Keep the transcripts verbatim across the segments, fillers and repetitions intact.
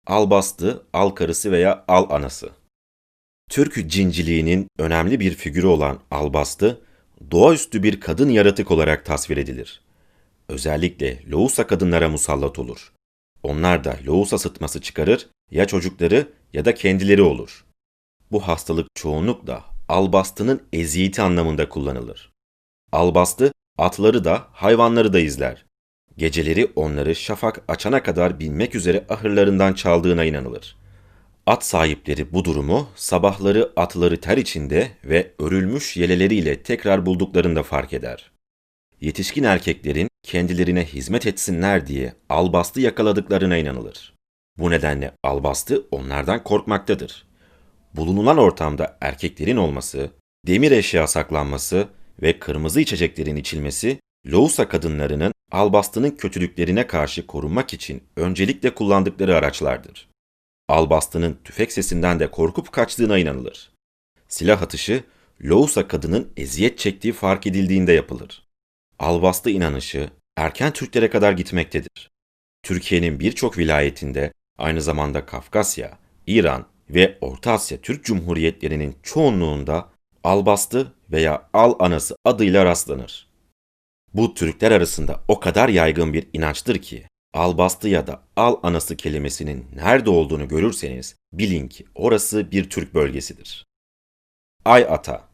Albastı, al karısı veya al anası. Türk cinciliğinin önemli bir figürü olan Albastı, doğaüstü bir kadın yaratık olarak tasvir edilir. Özellikle lohusa kadınlara musallat olur. Onlar da lohusa sıtması çıkarır, ya çocukları ya da kendileri olur. Bu hastalık çoğunlukla albastının eziyeti anlamında kullanılır. Albastı, atları da hayvanları da izler. Geceleri onları şafak açana kadar binmek üzere ahırlarından çaldığına inanılır. At sahipleri bu durumu sabahları atları ter içinde ve örülmüş yeleleriyle tekrar bulduklarında fark eder. Yetişkin erkeklerin kendilerine hizmet etsinler diye albastı yakaladıklarına inanılır. Bu nedenle albastı onlardan korkmaktadır. Bulunulan ortamda erkeklerin olması, demir eşya saklanması ve kırmızı içeceklerin içilmesi, lohusa kadınlarının albastının kötülüklerine karşı korunmak için öncelikle kullandıkları araçlardır. Albastının tüfek sesinden de korkup kaçtığına inanılır. Silah atışı, lohusa kadının eziyet çektiği fark edildiğinde yapılır. Albastı inanışı erken Türklere kadar gitmektedir. Türkiye'nin birçok vilayetinde, aynı zamanda Kafkasya, İran ve Orta Asya Türk Cumhuriyetlerinin çoğunluğunda albastı veya al anası adıyla rastlanır. Bu Türkler arasında o kadar yaygın bir inançtır ki, albastı ya da al anası kelimesinin nerede olduğunu görürseniz bilin ki orası bir Türk bölgesidir. Ay Ata,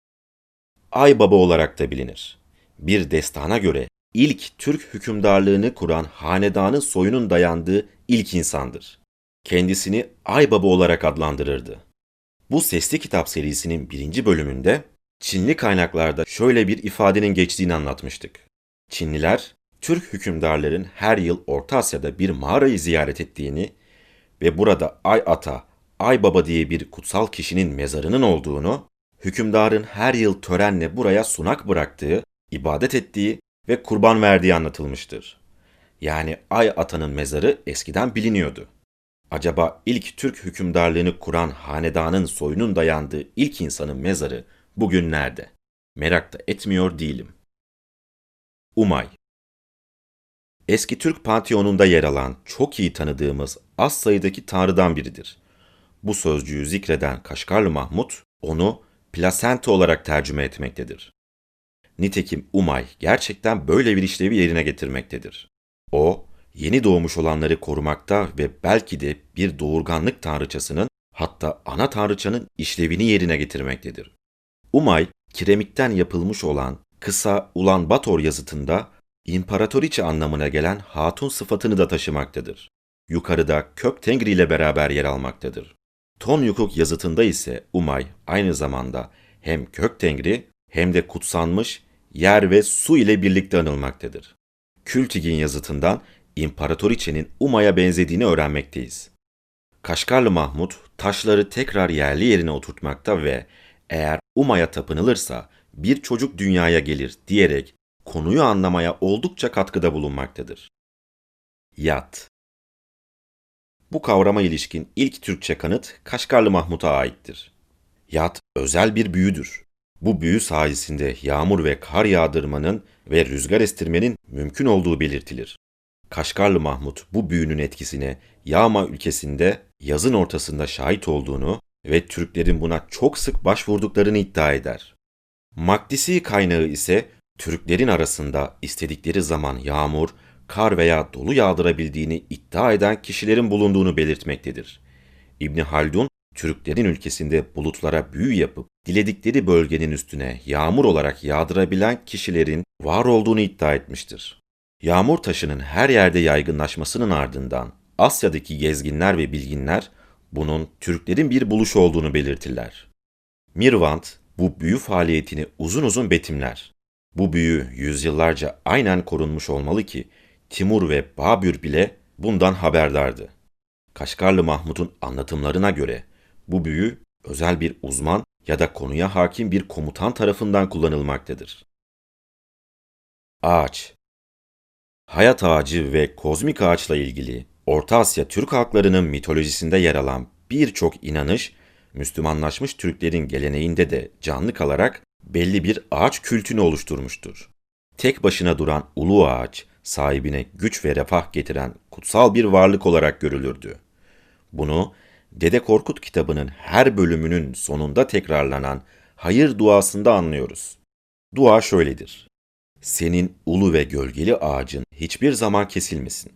Ay Baba olarak da bilinir. Bir destana göre ilk Türk hükümdarlığını kuran hanedanın soyunun dayandığı ilk insandır. Kendisini Ay Baba olarak adlandırırdı. Bu sesli kitap serisinin birinci bölümünde Çinli kaynaklarda şöyle bir ifadenin geçtiğini anlatmıştık. Çinliler, Türk hükümdarların her yıl Orta Asya'da bir mağarayı ziyaret ettiğini ve burada Ay Ata, Ay Baba diye bir kutsal kişinin mezarının olduğunu, hükümdarın her yıl törenle buraya sunak bıraktığı, ibadet ettiği ve kurban verdiği anlatılmıştır. Yani Ay Ata'nın mezarı eskiden biliniyordu. Acaba ilk Türk hükümdarlığını kuran hanedanın soyunun dayandığı ilk insanın mezarı bugün nerede? Merak da etmiyor değilim. Umay. Eski Türk Panteonu'nda yer alan çok iyi tanıdığımız az sayıdaki tanrıdan biridir. Bu sözcüğü zikreden Kaşgarlı Mahmut onu plasenta olarak tercüme etmektedir. Nitekim Umay gerçekten böyle bir işlevi yerine getirmektedir. O, yeni doğmuş olanları korumakta ve belki de bir doğurganlık tanrıçasının, hatta ana tanrıçanın işlevini yerine getirmektedir. Umay, kiremitten yapılmış olan kısa Ulan Bator yazıtında imparatoriçe anlamına gelen hatun sıfatını da taşımaktadır. Yukarıda Kök Tengri ile beraber yer almaktadır. Tonyukuk yazıtında ise Umay aynı zamanda hem Kök Tengri hem de kutsanmış yer ve su ile birlikte anılmaktadır. Kültigin yazıtından imparatoriçenin Umay'a benzediğini öğrenmekteyiz. Kaşgarlı Mahmut taşları tekrar yerli yerine oturtmakta ve eğer Umay'a tapınılırsa bir çocuk dünyaya gelir diyerek konuyu anlamaya oldukça katkıda bulunmaktadır. Yat. Bu kavrama ilişkin ilk Türkçe kanıt Kaşgarlı Mahmut'a aittir. Yat özel bir büyüdür. Bu büyü sayesinde yağmur ve kar yağdırmanın ve rüzgar estirmenin mümkün olduğu belirtilir. Kaşgarlı Mahmut bu büyünün etkisine Yağma ülkesinde yazın ortasında şahit olduğunu ve Türklerin buna çok sık başvurduklarını iddia eder. Makdisi kaynağı ise Türklerin arasında istedikleri zaman yağmur, kar veya dolu yağdırabildiğini iddia eden kişilerin bulunduğunu belirtmektedir. İbni Haldun, Türklerin ülkesinde bulutlara büyü yapıp diledikleri bölgenin üstüne yağmur olarak yağdırabilen kişilerin var olduğunu iddia etmiştir. Yağmur taşının her yerde yaygınlaşmasının ardından Asya'daki gezginler ve bilginler bunun Türklerin bir buluşu olduğunu belirtirler. Mirvant bu büyü faaliyetini uzun uzun betimler. Bu büyü yüzyıllarca aynen korunmuş olmalı ki Timur ve Babür bile bundan haberdardı. Kaşgarlı Mahmut'un anlatımlarına göre bu büyü özel bir uzman ya da konuya hakim bir komutan tarafından kullanılmaktadır. Ağaç. Hayat ağacı ve kozmik ağaçla ilgili Orta Asya Türk halklarının mitolojisinde yer alan birçok inanış, Müslümanlaşmış Türklerin geleneğinde de canlı kalarak belli bir ağaç kültünü oluşturmuştur. Tek başına duran ulu ağaç, sahibine güç ve refah getiren kutsal bir varlık olarak görülürdü. Bunu Dede Korkut kitabının her bölümünün sonunda tekrarlanan hayır duasında anlıyoruz. Dua şöyledir: Senin ulu ve gölgeli ağacın hiçbir zaman kesilmesin.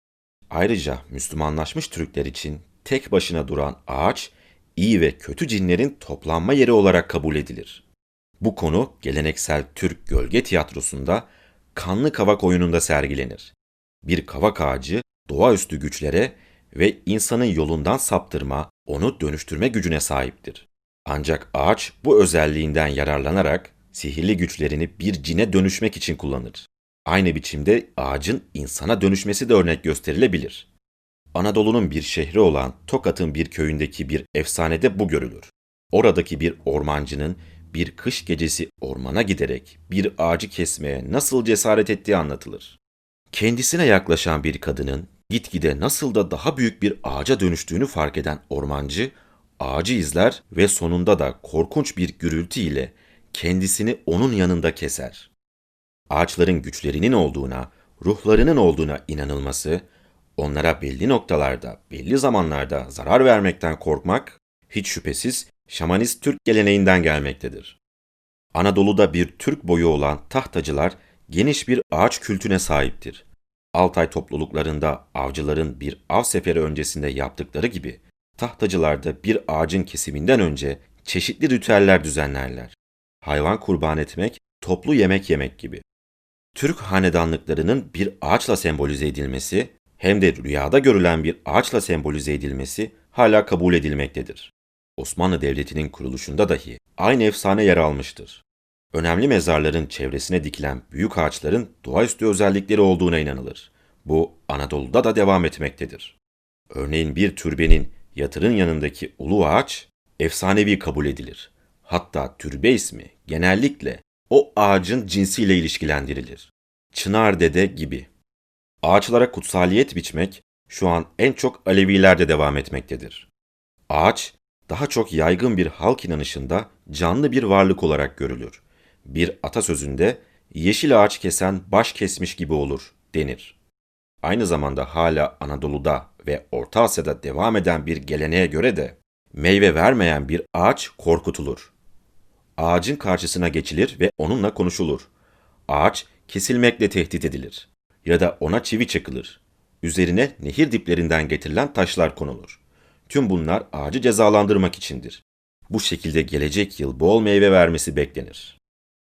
Ayrıca Müslümanlaşmış Türkler için tek başına duran ağaç, iyi ve kötü cinlerin toplanma yeri olarak kabul edilir. Bu konu geleneksel Türk gölge tiyatrosunda Kanlı Kavak oyununda sergilenir. Bir kavak ağacı doğaüstü güçlere ve insanın yolundan saptırma, onu dönüştürme gücüne sahiptir. Ancak ağaç bu özelliğinden yararlanarak sihirli güçlerini bir cine dönüşmek için kullanır. Aynı biçimde ağacın insana dönüşmesi de örnek gösterilebilir. Anadolu'nun bir şehri olan Tokat'ın bir köyündeki bir efsanede bu görülür. Oradaki bir ormancının bir kış gecesi ormana giderek bir ağacı kesmeye nasıl cesaret ettiği anlatılır. Kendisine yaklaşan bir kadının gitgide nasıl da daha büyük bir ağaca dönüştüğünü fark eden ormancı, ağacı izler ve sonunda da korkunç bir gürültü ile kendisini onun yanında keser. Ağaçların güçlerinin olduğuna, ruhlarının olduğuna inanılması, onlara belli noktalarda, belli zamanlarda zarar vermekten korkmak, hiç şüphesiz şamanist Türk geleneğinden gelmektedir. Anadolu'da bir Türk boyu olan tahtacılar geniş bir ağaç kültüne sahiptir. Altay topluluklarında avcıların bir av seferi öncesinde yaptıkları gibi, tahtacılar da bir ağacın kesiminden önce çeşitli ritüeller düzenlerler. Hayvan kurban etmek, toplu yemek yemek gibi. Türk hanedanlıklarının bir ağaçla sembolize edilmesi, hem de rüyada görülen bir ağaçla sembolize edilmesi hala kabul edilmektedir. Osmanlı Devleti'nin kuruluşunda dahi aynı efsane yer almıştır. Önemli mezarların çevresine dikilen büyük ağaçların doğaüstü özellikleri olduğuna inanılır. Bu Anadolu'da da devam etmektedir. Örneğin bir türbenin yatırın yanındaki ulu ağaç efsanevi kabul edilir. Hatta türbe ismi genellikle o ağacın cinsiyle ilişkilendirilir. Çınar Dede gibi. Ağaçlara kutsaliyet biçmek şu an en çok Alevilerde devam etmektedir. Ağaç, daha çok yaygın bir halk inanışında canlı bir varlık olarak görülür. Bir atasözünde yeşil ağaç kesen baş kesmiş gibi olur denir. Aynı zamanda hala Anadolu'da ve Orta Asya'da devam eden bir geleneğe göre de meyve vermeyen bir ağaç korkutulur. Ağacın karşısına geçilir ve onunla konuşulur. Ağaç kesilmekle tehdit edilir ya da ona çivi çakılır. Üzerine nehir diplerinden getirilen taşlar konulur. Tüm bunlar ağacı cezalandırmak içindir. Bu şekilde gelecek yıl bol meyve vermesi beklenir.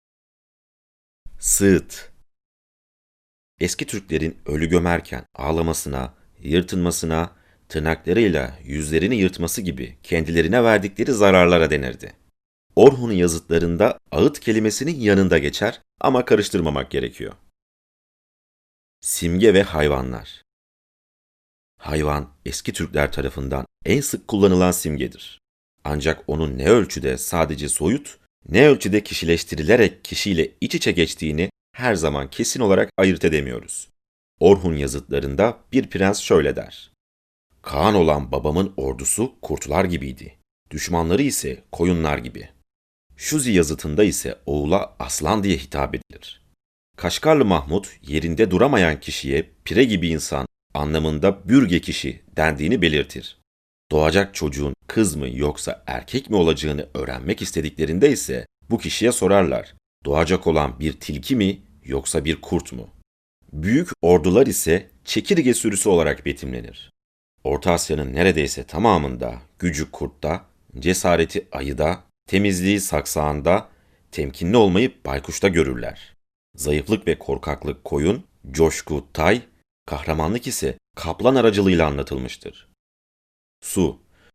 Sığıt. Eski Türklerin ölü gömerken ağlamasına, yırtınmasına, tırnaklarıyla yüzlerini yırtması gibi kendilerine verdikleri zararlara denirdi. Orhun yazıtlarında ağıt kelimesinin yanında geçer ama karıştırmamak gerekiyor. Simge ve hayvanlar. Hayvan, eski Türkler tarafından en sık kullanılan simgedir. Ancak onun ne ölçüde sadece soyut, ne ölçüde kişileştirilerek kişiyle iç içe geçtiğini her zaman kesin olarak ayırt edemiyoruz. Orhun yazıtlarında bir prens şöyle der: Kaan olan babamın ordusu kurtlar gibiydi. Düşmanları ise koyunlar gibi. Şuzi yazıtında ise oğula aslan diye hitap edilir. Kaşgarlı Mahmut yerinde duramayan kişiye pire gibi insan anlamında bürge kişi dendiğini belirtir. Doğacak çocuğun kız mı yoksa erkek mi olacağını öğrenmek istediklerinde ise bu kişiye sorarlar. Doğacak olan bir tilki mi yoksa bir kurt mu? Büyük ordular ise çekirge sürüsü olarak betimlenir. Orta Asya'nın neredeyse tamamında gücü kurtta, cesareti ayıda, temizliği saksağında, temkinli olmayı baykuşta görürler. Zayıflık ve korkaklık koyun, coşku tay, kahramanlık ise kaplan aracılığıyla anlatılmıştır. Su.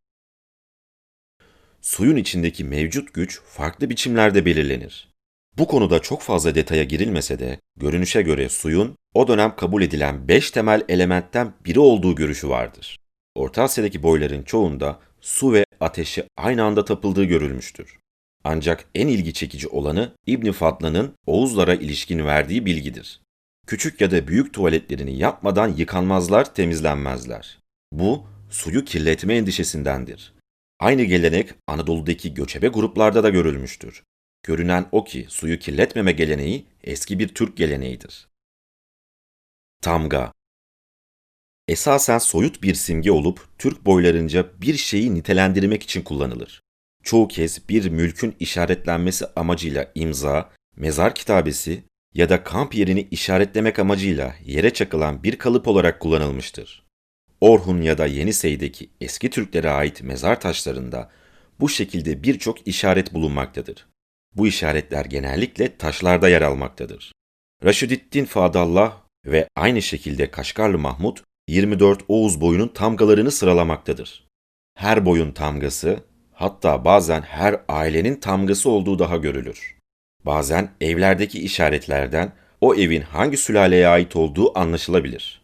Suyun içindeki mevcut güç farklı biçimlerde belirlenir. Bu konuda çok fazla detaya girilmese de, görünüşe göre suyun o dönem kabul edilen beş temel elementten biri olduğu görüşü vardır. Orta Asya'daki boyların çoğunda su ve ateşe aynı anda tapıldığı görülmüştür. Ancak en ilgi çekici olanı İbn Fadlan'ın Oğuzlara ilişkin verdiği bilgidir. Küçük ya da büyük tuvaletlerini yapmadan yıkanmazlar, temizlenmezler. Bu, suyu kirletme endişesindendir. Aynı gelenek Anadolu'daki göçebe gruplarda da görülmüştür. Görünen o ki suyu kirletmeme geleneği eski bir Türk geleneğidir. Tamga. Esasen soyut bir simge olup Türk boylarınca bir şeyi nitelendirmek için kullanılır. Çoğu kez bir mülkün işaretlenmesi amacıyla imza, mezar kitabesi ya da kamp yerini işaretlemek amacıyla yere çakılan bir kalıp olarak kullanılmıştır. Orhun ya da Yenisey'deki eski Türklere ait mezar taşlarında bu şekilde birçok işaret bulunmaktadır. Bu işaretler genellikle taşlarda yer almaktadır. Raşidüddin Fadallah ve aynı şekilde Kaşgarlı Mahmud yirmi dört Oğuz boyunun tamgalarını sıralamaktadır. Her boyun tamgası, hatta bazen her ailenin tamgası olduğu daha görülür. Bazen evlerdeki işaretlerden o evin hangi sülaleye ait olduğu anlaşılabilir.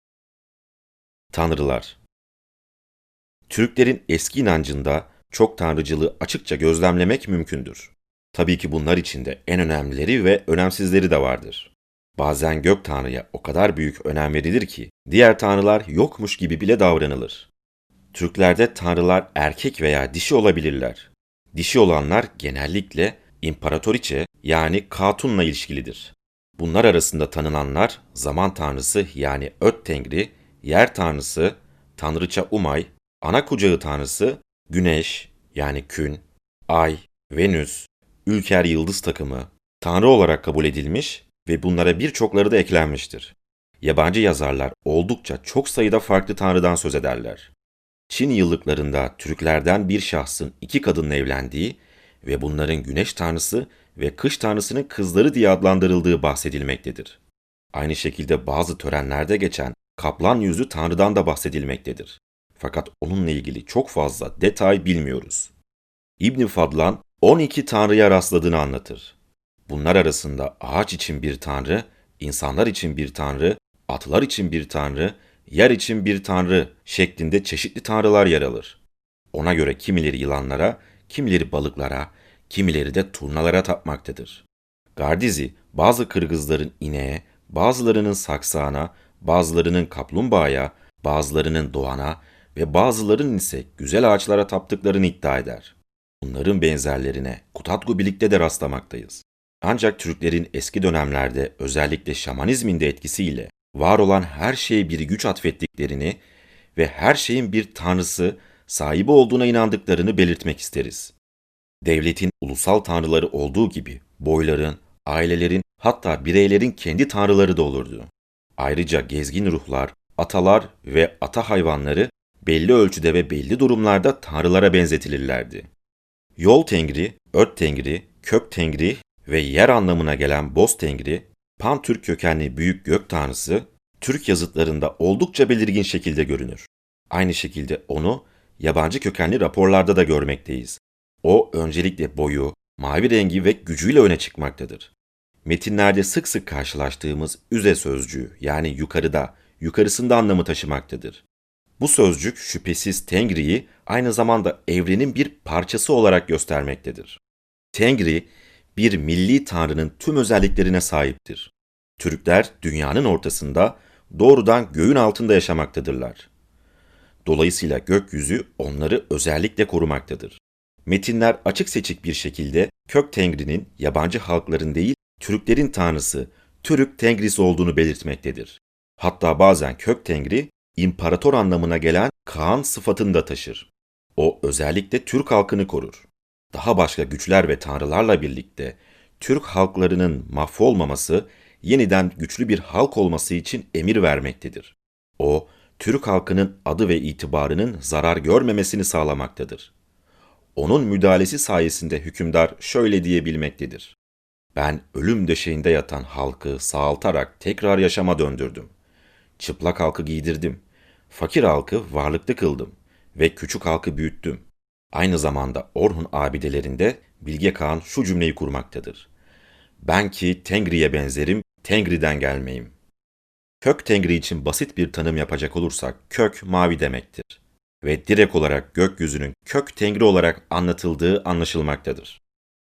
Tanrılar. Türklerin eski inancında çok tanrıcılığı açıkça gözlemlemek mümkündür. Tabii ki bunlar içinde en önemlileri ve önemsizleri de vardır. Bazen gök tanrıya o kadar büyük önem verilir ki diğer tanrılar yokmuş gibi bile davranılır. Türklerde tanrılar erkek veya dişi olabilirler. Dişi olanlar genellikle imparatoriçe yani Katun'la ilişkilidir. Bunlar arasında tanınanlar zaman tanrısı yani Öt Tengri, yer tanrısı Tanrıça Umay, ana kucağı tanrısı Güneş yani Kün, Ay, Venüs, Ülker yıldız takımı tanrı olarak kabul edilmiş ve bunlara birçokları da eklenmiştir. Yabancı yazarlar oldukça çok sayıda farklı tanrıdan söz ederler. Çin yıllıklarında Türklerden bir şahsın iki kadınla evlendiği ve bunların güneş tanrısı ve kış tanrısının kızları diye adlandırıldığı bahsedilmektedir. Aynı şekilde bazı törenlerde geçen kaplan yüzlü tanrıdan da bahsedilmektedir. Fakat onunla ilgili çok fazla detay bilmiyoruz. İbn Fadlan on iki tanrıya rastladığını anlatır. Bunlar arasında ağaç için bir tanrı, insanlar için bir tanrı, atlar için bir tanrı, yer için bir tanrı şeklinde çeşitli tanrılar yer alır. Ona göre kimileri yılanlara, kimileri balıklara, kimileri de turnalara tapmaktadır. Gardizi, bazı Kırgızların ineğe, bazılarının saksağına, bazılarının kaplumbağaya, bazılarının doğana ve bazılarının ise güzel ağaçlara taptıklarını iddia eder. Bunların benzerlerine Kutatgubilik'te de rastlamaktayız. Ancak Türklerin eski dönemlerde özellikle şamanizmin de etkisiyle var olan her şeye bir güç atfettiklerini ve her şeyin bir tanrısı, sahibi olduğuna inandıklarını belirtmek isteriz. Devletin ulusal tanrıları olduğu gibi boyların, ailelerin hatta bireylerin kendi tanrıları da olurdu. Ayrıca gezgin ruhlar, atalar ve ata hayvanları belli ölçüde ve belli durumlarda tanrılara benzetilirlerdi. Yol Tengri, Ört Tengri, Kök Tengri ve yer anlamına gelen Boz Tengri, Pan-Türk kökenli büyük gök tanrısı, Türk yazıtlarında oldukça belirgin şekilde görünür. Aynı şekilde onu yabancı kökenli raporlarda da görmekteyiz. O öncelikle boyu, mavi rengi ve gücüyle öne çıkmaktadır. Metinlerde sık sık karşılaştığımız üze sözcüğü yani yukarıda, yukarısında anlamı taşımaktadır. Bu sözcük şüphesiz Tengri'yi aynı zamanda evrenin bir parçası olarak göstermektedir. Tengri, bir milli tanrının tüm özelliklerine sahiptir. Türkler dünyanın ortasında doğrudan göğün altında yaşamaktadırlar. Dolayısıyla gökyüzü onları özellikle korumaktadır. Metinler açık seçik bir şekilde Kök Tengri'nin yabancı halkların değil, Türklerin tanrısı, Türk Tengrisi olduğunu belirtmektedir. Hatta bazen Kök Tengri, imparator anlamına gelen Kaan sıfatını da taşır. O özellikle Türk halkını korur. Daha başka güçler ve tanrılarla birlikte Türk halklarının mahvolmaması, yeniden güçlü bir halk olması için emir vermektedir. O, Türk halkının adı ve itibarının zarar görmemesini sağlamaktadır. Onun müdahalesi sayesinde hükümdar şöyle diyebilmektedir: "Ben ölüm döşeğinde yatan halkı sağaltarak tekrar yaşama döndürdüm. Çıplak halkı giydirdim. Fakir halkı varlıklı kıldım ve küçük halkı büyüttüm." Aynı zamanda Orhun abidelerinde Bilge Kağan şu cümleyi kurmaktadır: "Ben ki Tengri'ye benzerim, Tengri'den gelmeyim." Kök Tengri için basit bir tanım yapacak olursak kök mavi demektir ve direkt olarak gökyüzünün Kök Tengri olarak anlatıldığı anlaşılmaktadır.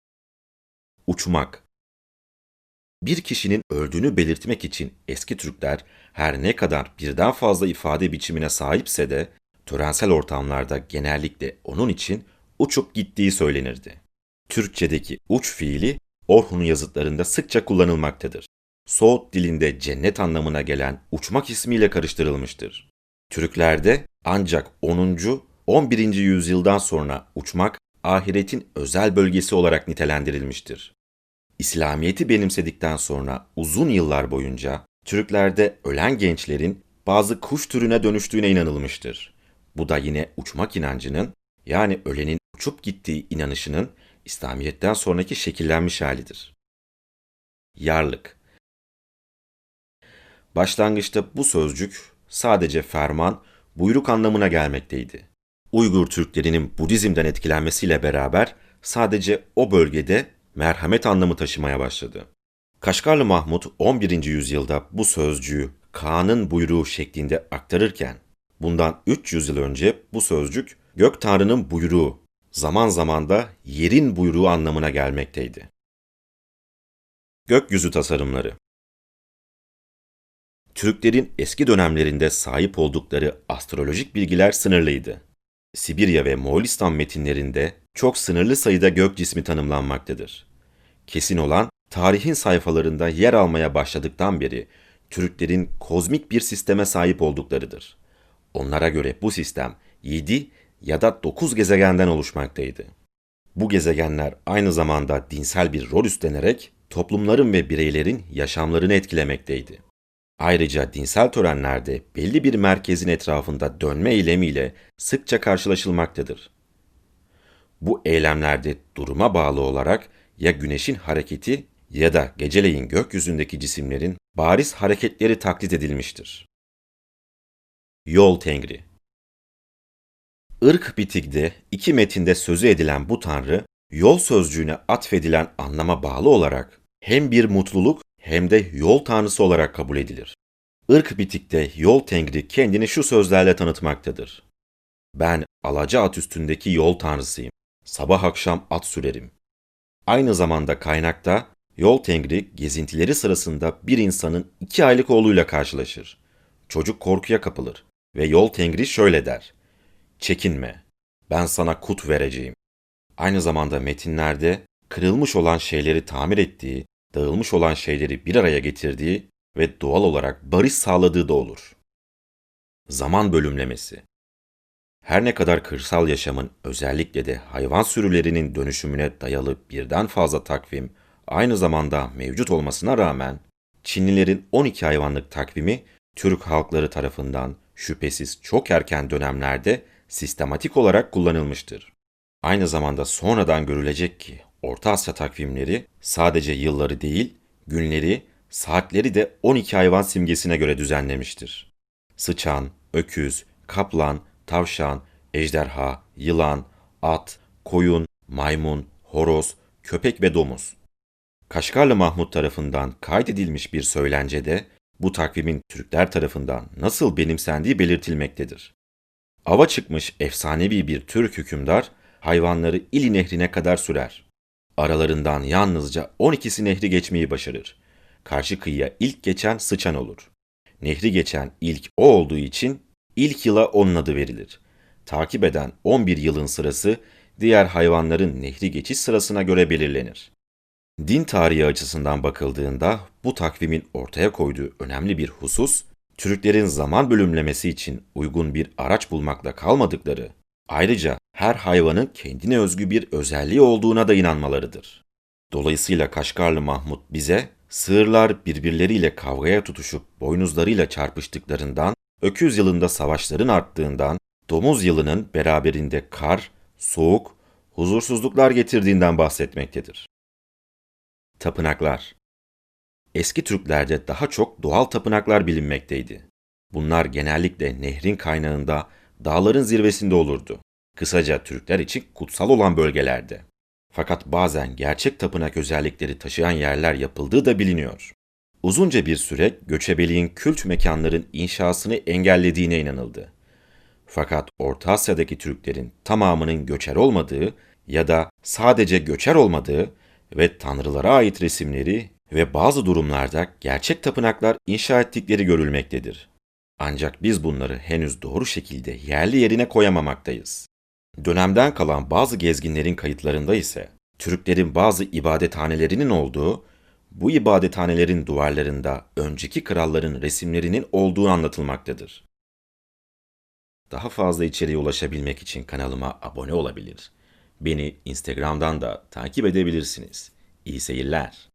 Uçmak. Bir kişinin öldüğünü belirtmek için eski Türkler her ne kadar birden fazla ifade biçimine sahipse de törensel ortamlarda genellikle onun için uçup gittiği söylenirdi. Türkçedeki uç fiili Orhun yazıtlarında sıkça kullanılmaktadır. Soğut dilinde cennet anlamına gelen uçmak ismiyle karıştırılmıştır. Türklerde ancak onuncu. on birinci yüzyıldan sonra uçmak ahiretin özel bölgesi olarak nitelendirilmiştir. İslamiyet'i benimsedikten sonra uzun yıllar boyunca Türklerde ölen gençlerin bazı kuş türüne dönüştüğüne inanılmıştır. Bu da yine uçmak inancının, yani ölenin uçup gittiği inanışının İslamiyet'ten sonraki şekillenmiş halidir. Yarlık. Başlangıçta bu sözcük sadece ferman, buyruk anlamına gelmekteydi. Uygur Türklerinin Budizm'den etkilenmesiyle beraber sadece o bölgede merhamet anlamı taşımaya başladı. Kaşgarlı Mahmud on birinci yüzyılda bu sözcüğü Kağan'ın buyruğu şeklinde aktarırken, bundan üç yüz yıl önce bu sözcük gök tanrının buyruğu, zaman zaman da yerin buyruğu anlamına gelmekteydi. Gökyüzü tasarımları. Türklerin eski dönemlerinde sahip oldukları astrolojik bilgiler sınırlıydı. Sibirya ve Moğolistan metinlerinde çok sınırlı sayıda gök cismi tanımlanmaktadır. Kesin olan, tarihin sayfalarında yer almaya başladıktan beri Türklerin kozmik bir sisteme sahip olduklarıdır. Onlara göre bu sistem yedi ya da dokuz gezegenden oluşmaktaydı. Bu gezegenler aynı zamanda dinsel bir rol üstlenerek toplumların ve bireylerin yaşamlarını etkilemekteydi. Ayrıca dinsel törenlerde belli bir merkezin etrafında dönme eylemiyle sıkça karşılaşılmaktadır. Bu eylemlerde duruma bağlı olarak ya güneşin hareketi ya da geceleyin gökyüzündeki cisimlerin bariz hareketleri taklit edilmiştir. Yol Tengri. Irk bitik'de iki metinde sözü edilen bu tanrı, yol sözcüğüne atfedilen anlama bağlı olarak hem bir mutluluk hem de yol tanrısı olarak kabul edilir. Irk bitik'te yol tengri kendini şu sözlerle tanıtmaktadır. Ben alaca at üstündeki yol tanrısıyım. Sabah akşam at sürerim. Aynı zamanda kaynakta yol tengri gezintileri sırasında bir insanın iki aylık oğluyla karşılaşır. Çocuk korkuya kapılır ve yol tengri şöyle der: "Çekinme, ben sana kut vereceğim." Aynı zamanda metinlerde kırılmış olan şeyleri tamir ettiği, dağılmış olan şeyleri bir araya getirdiği ve doğal olarak barış sağladığı da olur. Zaman bölümlemesi. Her ne kadar kırsal yaşamın, özellikle de hayvan sürülerinin dönüşümüne dayalı birden fazla takvim aynı zamanda mevcut olmasına rağmen, Çinlilerin on iki hayvanlık takvimi Türk halkları tarafından şüphesiz çok erken dönemlerde sistematik olarak kullanılmıştır. Aynı zamanda sonradan görülecek ki Orta Asya takvimleri sadece yılları değil, günleri, saatleri de on iki hayvan simgesine göre düzenlemiştir. Sıçan, öküz, kaplan, tavşan, ejderha, yılan, at, koyun, maymun, horoz, köpek ve domuz. Kaşgarlı Mahmud tarafından kaydedilmiş bir söylencede bu takvimin Türkler tarafından nasıl benimsendiği belirtilmektedir. Ava çıkmış efsanevi bir Türk hükümdar hayvanları İli Nehri'ne kadar sürer. Aralarından yalnızca on ikisi nehri geçmeyi başarır. Karşı kıyıya ilk geçen sıçan olur. Nehri geçen ilk o olduğu için ilk yıla onun adı verilir. Takip eden on bir yılın sırası diğer hayvanların nehri geçiş sırasına göre belirlenir. Din tarihi açısından bakıldığında bu takvimin ortaya koyduğu önemli bir husus, Türklerin zaman bölümlemesi için uygun bir araç bulmakla kalmadıkları, ayrıca her hayvanın kendine özgü bir özelliği olduğuna da inanmalarıdır. Dolayısıyla Kaşgarlı Mahmud bize, sığırlar birbirleriyle kavgaya tutuşup boynuzlarıyla çarpıştıklarından, öküz yılında savaşların arttığından, domuz yılının beraberinde kar, soğuk, huzursuzluklar getirdiğinden bahsetmektedir. Tapınaklar. Eski Türklerde daha çok doğal tapınaklar bilinmekteydi. Bunlar genellikle nehrin kaynağında, dağların zirvesinde olurdu. Kısaca Türkler için kutsal olan bölgelerde. Fakat bazen gerçek tapınak özellikleri taşıyan yerler yapıldığı da biliniyor. Uzunca bir süre göçebeliğin kült mekanların inşasını engellediğine inanıldı. Fakat Orta Asya'daki Türklerin tamamının göçer olmadığı ya da sadece göçer olmadığı ve tanrılara ait resimleri ve bazı durumlarda gerçek tapınaklar inşa ettikleri görülmektedir. Ancak biz bunları henüz doğru şekilde yerli yerine koyamamaktayız. Dönemden kalan bazı gezginlerin kayıtlarında ise Türklerin bazı ibadethanelerinin olduğu, bu ibadethanelerin duvarlarında önceki kralların resimlerinin olduğu anlatılmaktadır. Daha fazla içeriğe ulaşabilmek için kanalıma abone olabilir. Beni Instagram'dan da takip edebilirsiniz. İyi seyirler.